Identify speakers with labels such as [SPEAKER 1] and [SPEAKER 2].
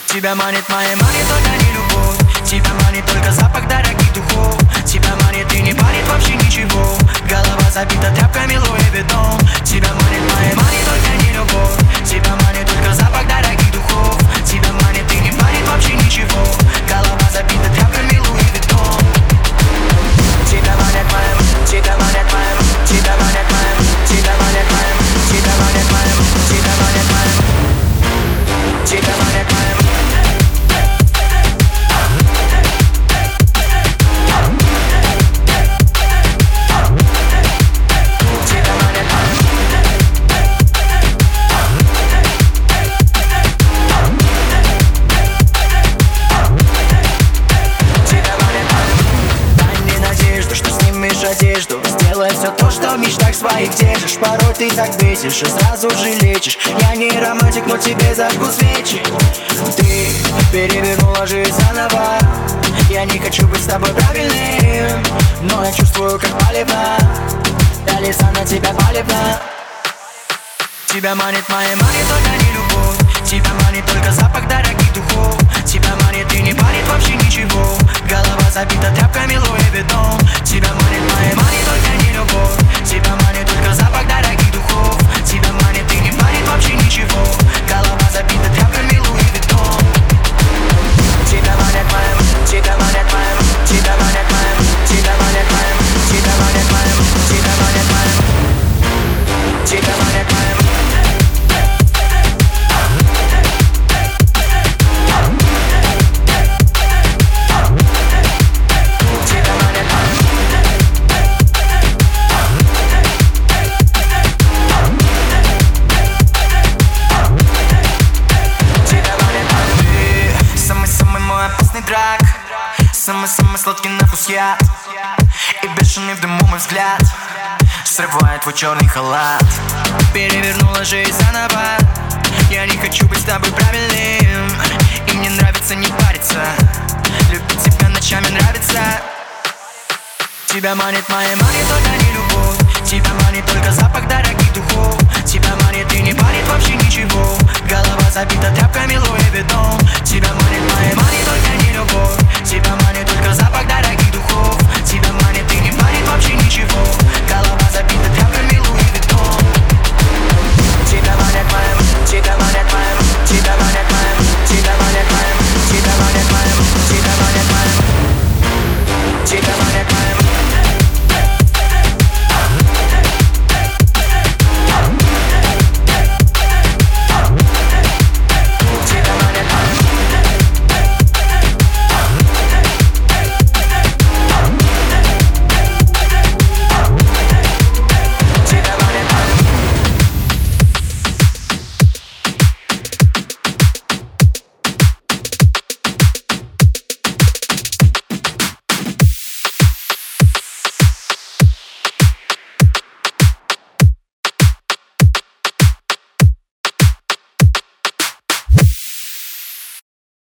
[SPEAKER 1] Тебя манит только не любовь. Тебя манит только запах дорогих духов. Тебя манит и не парит вообще ничего. Голова забита тряпками Луи Виттон. Тебя манит только не любовь. Тебя манит только запах дорогих духов. Тебя манит и не парит вообще ничего. Голова забита тряпками Луи Виттон. Тебя манит моим, тебя манит моим, тебя манит моим, тебя манит моим, тебя манит моим, тебя манит моим, тебя манит моим. Одежду, сделай все то, что в мечтах своих держишь. Порой ты так бесишь и сразу же лечишь. Я не романтик, но тебе зажгу свечи. Ты перевернула жизнь заново. Я не хочу быть с тобой правильным, но я чувствую, как палевно. Я леса на тебя палевно. Тебя манит только не любовь. Тебя манит только запах дорогих духов. Тебя манит и не парит вообще ничего. Голова забита тряпками Луи Виттон. Тебя манит только не любовь. Тебя манит только запах дорогих духов. Тебя манит и не парит вообще ничего. Голова забита тряпками Луи Виттон. Тебя манит моим, тебя манит моим, тебя манит моим, тебя манит моим, тебя манит моим, тебя манит моим, тебя манит моим. Самый-самый сладкий на вкус яд. И бешеный в дыму мой взгляд срывает твой черный халат. Перевернула жизнь заново. Я не хочу быть с тобой правильным. И мне нравится не париться. Любить тебя ночами нравится. Тебя манит только не любовь. Тебя манит только запах дорогих духов. Тебя манит и не парит вообще ничего. Голова забита тряпками Луи Виттон.